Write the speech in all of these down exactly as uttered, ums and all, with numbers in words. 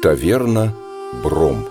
Таверна Бром.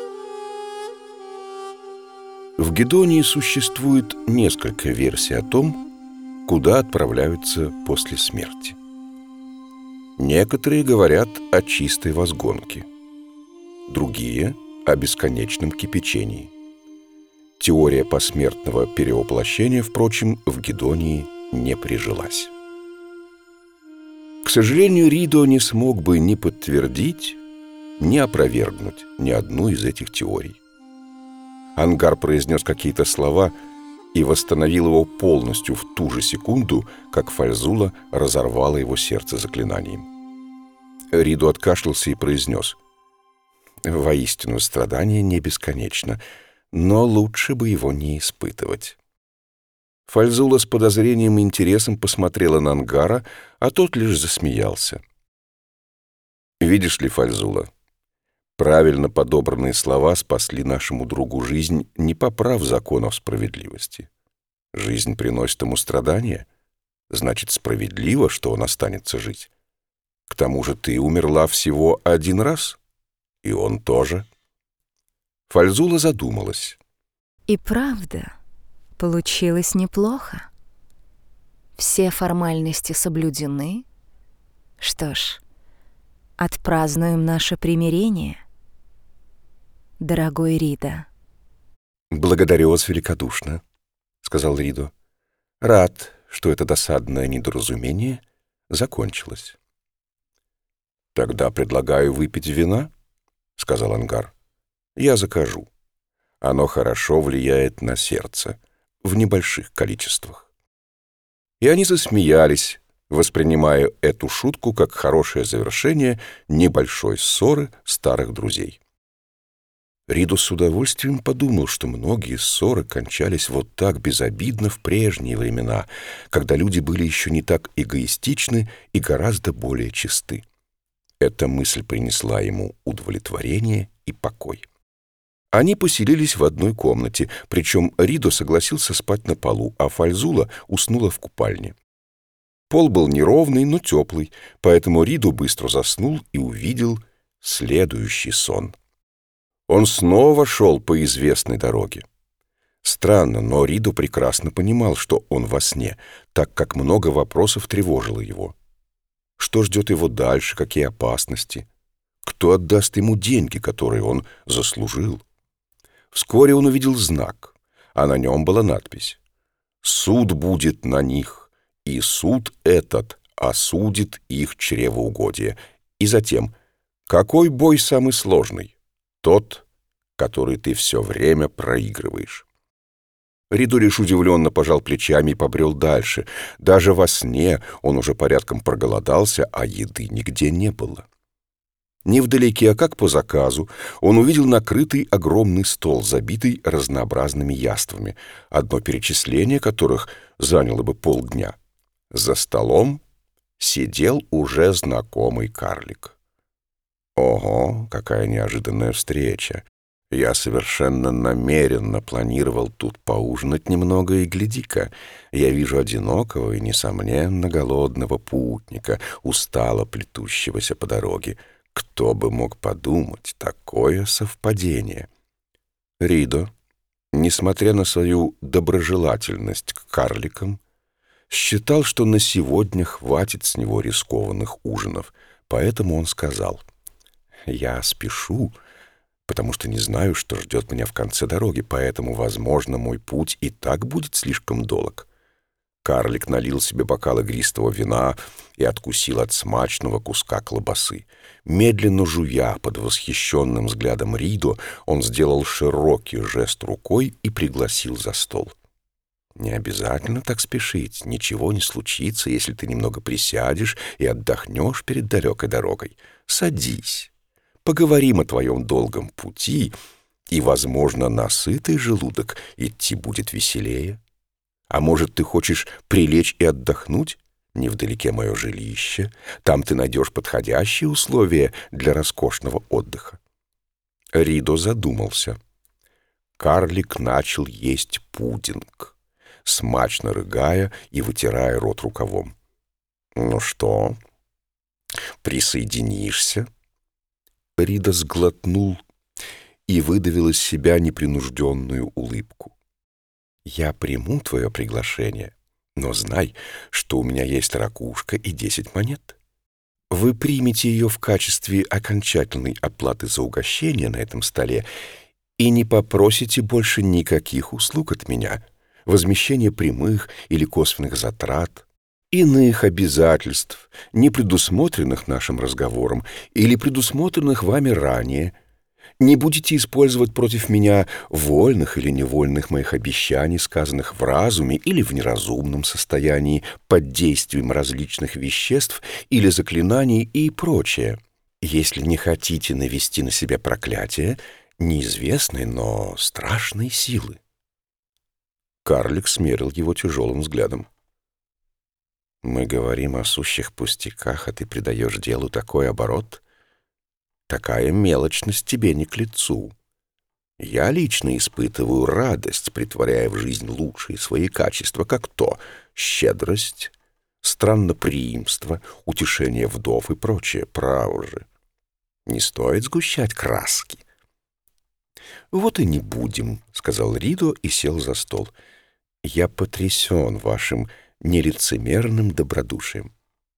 В Гедонии существует несколько версий о том, куда отправляются после смерти. Некоторые говорят о чистой возгонке, другие — о бесконечном кипячении. Теория посмертного перевоплощения, впрочем, в Гедонии не прижилась. К сожалению, Ридо не смог бы ни подтвердить, ни опровергнуть ни одну из этих теорий. Ангар произнес какие-то слова и восстановил его полностью в ту же секунду, как Фальзула разорвала его сердце заклинанием. Ридо откашлялся и произнес: «Воистину, страдание не бесконечно, но лучше бы его не испытывать». Фальзула с подозрением и интересом посмотрела на Ангара, а тот лишь засмеялся. «Видишь ли, Фальзула, правильно подобранные слова спасли нашему другу жизнь, не поправ законов справедливости. Жизнь приносит ему страдания, значит, справедливо, что он останется жить. К тому же ты умерла всего один раз, и он тоже». Фальзула задумалась. И правда, получилось неплохо. Все формальности соблюдены. Что ж, отпразднуем наше примирение, дорогой Ридо. «Благодарю вас великодушно», — сказал Ридо. «Рад, что это досадное недоразумение закончилось». «Тогда предлагаю выпить вина», — сказал Ангар. «Я закажу. Оно хорошо влияет на сердце, в небольших количествах». И они засмеялись, воспринимая эту шутку как хорошее завершение небольшой ссоры старых друзей. Ридо с удовольствием подумал, что многие ссоры кончались вот так безобидно в прежние времена, когда люди были еще не так эгоистичны и гораздо более чисты. Эта мысль принесла ему удовлетворение и покой. Они поселились в одной комнате, причем Ридо согласился спать на полу, а Фальзула уснула в купальне. Пол был неровный, но теплый, поэтому Ридо быстро заснул и увидел следующий сон. Он снова шел по известной дороге. Странно, но Ридо прекрасно понимал, что он во сне, так как много вопросов тревожило его. Что ждет его дальше, какие опасности? Кто отдаст ему деньги, которые он заслужил? Вскоре он увидел знак, а на нем была надпись: «Суд будет на них, и суд этот осудит их чревоугодие». И затем: «Какой бой самый сложный? Тот, который ты все время проигрываешь». Ридо лишь удивленно пожал плечами и побрел дальше. Даже во сне он уже порядком проголодался, а еды нигде не было. Невдалеке, а как по заказу, он увидел накрытый огромный стол, забитый разнообразными яствами, одно перечисление которых заняло бы полдня. За столом сидел уже знакомый карлик. Ого, какая неожиданная встреча! Я совершенно намеренно планировал тут поужинать немного, и гляди-ка, я вижу одинокого и, несомненно, голодного путника, устало плетущегося по дороге. Кто бы мог подумать такое совпадение? Ридо, несмотря на свою доброжелательность к карликам, считал, что на сегодня хватит с него рискованных ужинов, поэтому он сказал: «Я спешу, потому что не знаю, что ждет меня в конце дороги, поэтому, возможно, мой путь и так будет слишком долг». Карлик налил себе бокал игристого вина и откусил от смачного куска колбасы. Медленно жуя под восхищенным взглядом Ридо, он сделал широкий жест рукой и пригласил за стол. «Не обязательно так спешить, ничего не случится, если ты немного присядешь и отдохнешь перед далекой дорогой. Садись, поговорим о твоем долгом пути, и, возможно, на сытый желудок идти будет веселее. А может, ты хочешь прилечь и отдохнуть? Невдалеке мое жилище. Там ты найдешь подходящие условия для роскошного отдыха». Ридо задумался. Карлик начал есть пудинг, смачно рыгая и вытирая рот рукавом. «Ну что, присоединишься?» Рида сглотнул и выдавил из себя непринужденную улыбку. «Я приму твое приглашение, но знай, что у меня есть ракушка и десять монет. Вы примете ее в качестве окончательной оплаты за угощение на этом столе и не попросите больше никаких услуг от меня, возмещения прямых или косвенных затрат, иных обязательств, не предусмотренных нашим разговором или предусмотренных вами ранее. Не будете использовать против меня вольных или невольных моих обещаний, сказанных в разуме или в неразумном состоянии, под действием различных веществ или заклинаний и прочее. Если не хотите навести на себя проклятие неизвестной, но страшной силы». Карлик смерил его тяжелым взглядом. «Мы говорим о сущих пустяках, а ты придаешь делу такой оборот? Такая мелочность тебе не к лицу. Я лично испытываю радость, притворяя в жизнь лучшие свои качества, как то щедрость, странноприимство, утешение вдов и прочее. Право же, не стоит сгущать краски». «Вот и не будем», — сказал Ридо и сел за стол. «Я потрясен вашим нелицемерным добродушием».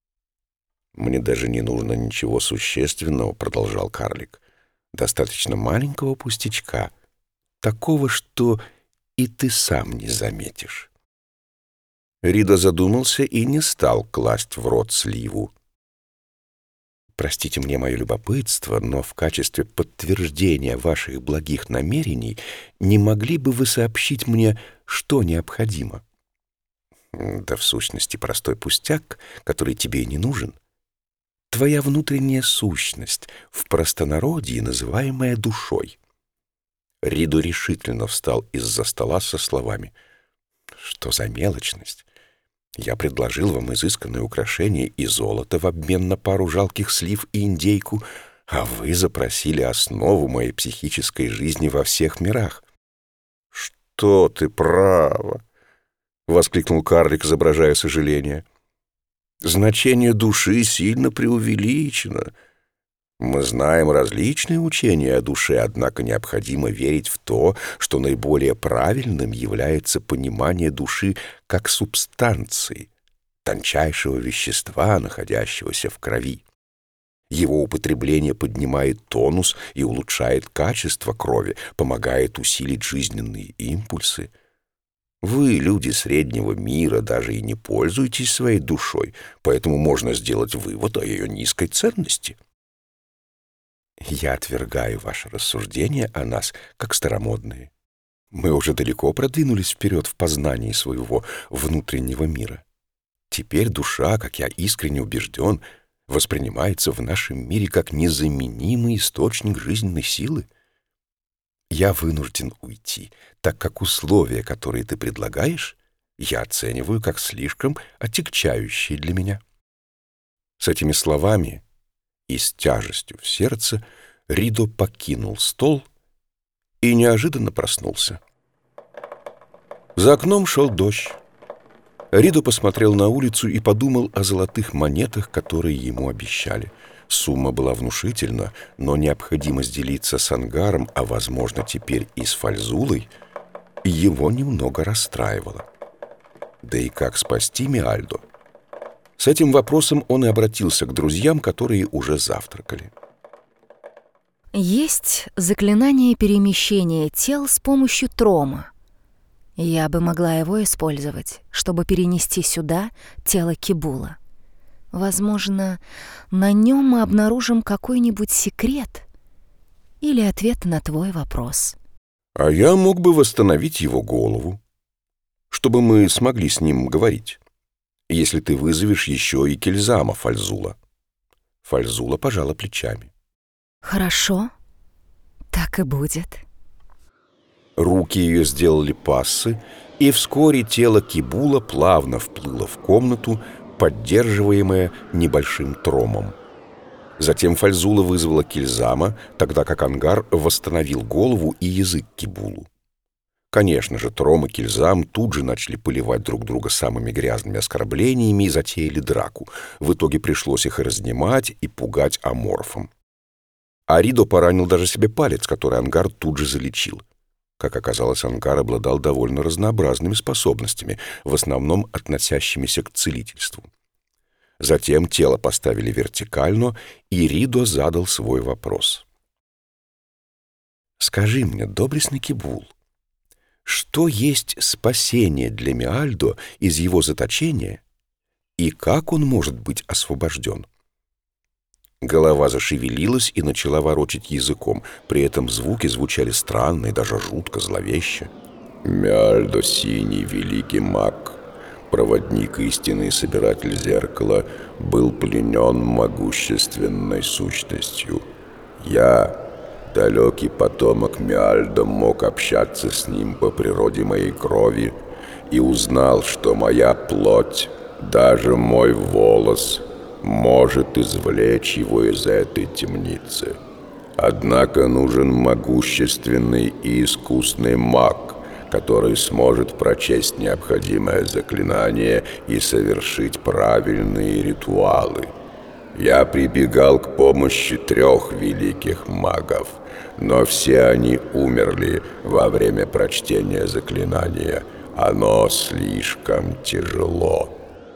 «Мне даже не нужно ничего существенного», — продолжал карлик. «Достаточно маленького пустячка, такого, что и ты сам не заметишь». Ридо задумался и не стал класть в рот сливу. «Простите мне мое любопытство, но в качестве подтверждения ваших благих намерений не могли бы вы сообщить мне, что необходимо?» «Да в сущности простой пустяк, который тебе и не нужен. Твоя внутренняя сущность, в простонародье называемая душой». Ридо решительно встал из-за стола со словами: «Что за мелочность? Я предложил вам изысканное украшение и золото в обмен на пару жалких слив и индейку, а вы запросили основу моей психической жизни во всех мирах». «Что ты, право!» — воскликнул карлик, изображая сожаление. «Значение души сильно преувеличено. Мы знаем различные учения о душе, однако необходимо верить в то, что наиболее правильным является понимание души как субстанции, тончайшего вещества, находящегося в крови. Его употребление поднимает тонус и улучшает качество крови, помогает усилить жизненные импульсы. Вы, люди среднего мира, даже и не пользуетесь своей душой, поэтому можно сделать вывод о ее низкой ценности». «Я отвергаю ваши рассуждения о нас, как старомодные. Мы уже далеко продвинулись вперед в познании своего внутреннего мира. Теперь душа, как я искренне убежден, воспринимается в нашем мире как незаменимый источник жизненной силы. Я вынужден уйти, так как условия, которые ты предлагаешь, я оцениваю как слишком отягчающие для меня». С этими словами и с тяжестью в сердце Ридо покинул стол и неожиданно проснулся. За окном шел дождь. Ридо посмотрел на улицу и подумал о золотых монетах, которые ему обещали. Сумма была внушительна, но необходимость делиться с Ангаром, а, возможно, теперь и с Фальзулой, его немного расстраивала. Да и как спасти Миальдо? С этим вопросом он и обратился к друзьям, которые уже завтракали. Есть заклинание перемещения тел с помощью трома. Я бы могла его использовать, чтобы перенести сюда тело Кибула. Возможно, на нем мы обнаружим какой-нибудь секрет или ответ на твой вопрос. А я мог бы восстановить его голову, чтобы мы смогли с ним говорить, если ты вызовешь еще и Кельзама, Фальзула. Фальзула пожала плечами. Хорошо, так и будет. Руки ее сделали пассы, и вскоре тело Кибула плавно вплыло в комнату, поддерживаемое небольшим тромом. Затем Фальзула вызвала Кельзама, тогда как Ангар восстановил голову и язык Кибулу. Конечно же, Тром и Кельзам тут же начали поливать друг друга самыми грязными оскорблениями и затеяли драку. В итоге пришлось их разнимать и пугать аморфом. А Ридо поранил даже себе палец, который Ангар тут же залечил. Как оказалось, Ангар обладал довольно разнообразными способностями, в основном относящимися к целительству. Затем тело поставили вертикально, и Ридо задал свой вопрос. «Скажи мне, доблестный Кибул, что есть спасение для Миальдо из его заточения, и как он может быть освобожден?» Голова зашевелилась и начала ворочать языком, при этом звуки звучали странно и даже жутко зловеще. «Миальдо Синий, великий маг, проводник истины и собиратель зеркала, был пленен могущественной сущностью. Я, далекий потомок Миальдо, мог общаться с ним по природе моей крови и узнал, что моя плоть, даже мой волос, может извлечь его из этой темницы. Однако нужен могущественный и искусный маг, который сможет прочесть необходимое заклинание и совершить правильные ритуалы. Я прибегал к помощи трех великих магов, но все они умерли во время прочтения заклинания. Оно слишком тяжело».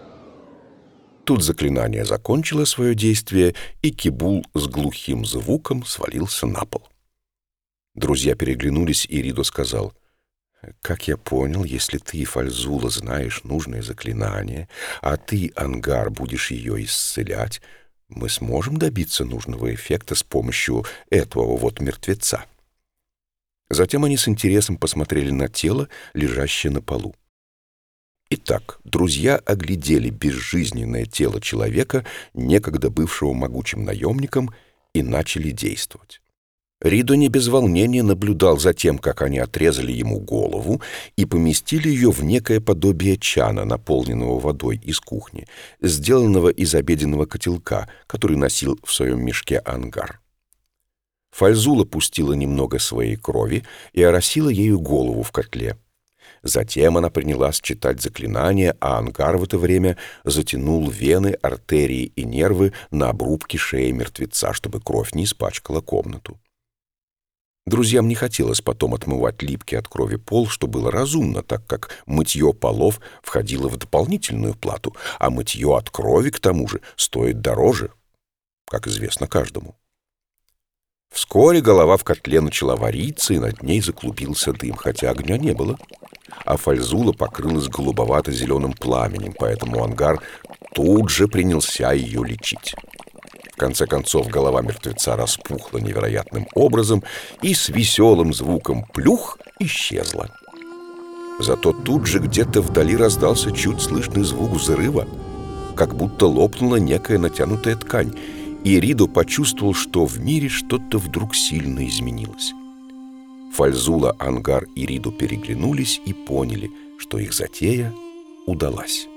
Тут заклинание закончило свое действие, и Кибул с глухим звуком свалился на пол. Друзья переглянулись, и Ридо сказал: «Как я понял, если ты, Фальзула, знаешь нужное заклинание, а ты, Ангар, будешь ее исцелять, мы сможем добиться нужного эффекта с помощью этого вот мертвеца». Затем они с интересом посмотрели на тело, лежащее на полу. Итак, друзья оглядели безжизненное тело человека, некогда бывшего могучим наемником, и начали действовать. Ридо не без волнения наблюдал за тем, как они отрезали ему голову и поместили ее в некое подобие чана, наполненного водой из кухни, сделанного из обеденного котелка, который носил в своем мешке Ангар. Фальзула пустила немного своей крови и оросила ею голову в котле. Затем она принялась читать заклинание, а Ангар в это время затянул вены, артерии и нервы на обрубке шеи мертвеца, чтобы кровь не испачкала комнату. Друзьям не хотелось потом отмывать липкий от крови пол, что было разумно, так как мытье полов входило в дополнительную плату, а мытье от крови, к тому же, стоит дороже, как известно каждому. Вскоре голова в котле начала вариться, и над ней заклубился дым, хотя огня не было. А Фальзула покрылась голубовато-зеленым пламенем, поэтому Ангар тут же принялся ее лечить. В конце концов, голова мертвеца распухла невероятным образом и с веселым звуком «плюх» исчезла. Зато тут же где-то вдали раздался чуть слышный звук взрыва, как будто лопнула некая натянутая ткань, и Ридо почувствовал, что в мире что-то вдруг сильно изменилось. Фальзула, Ангар и Ридо переглянулись и поняли, что их затея удалась.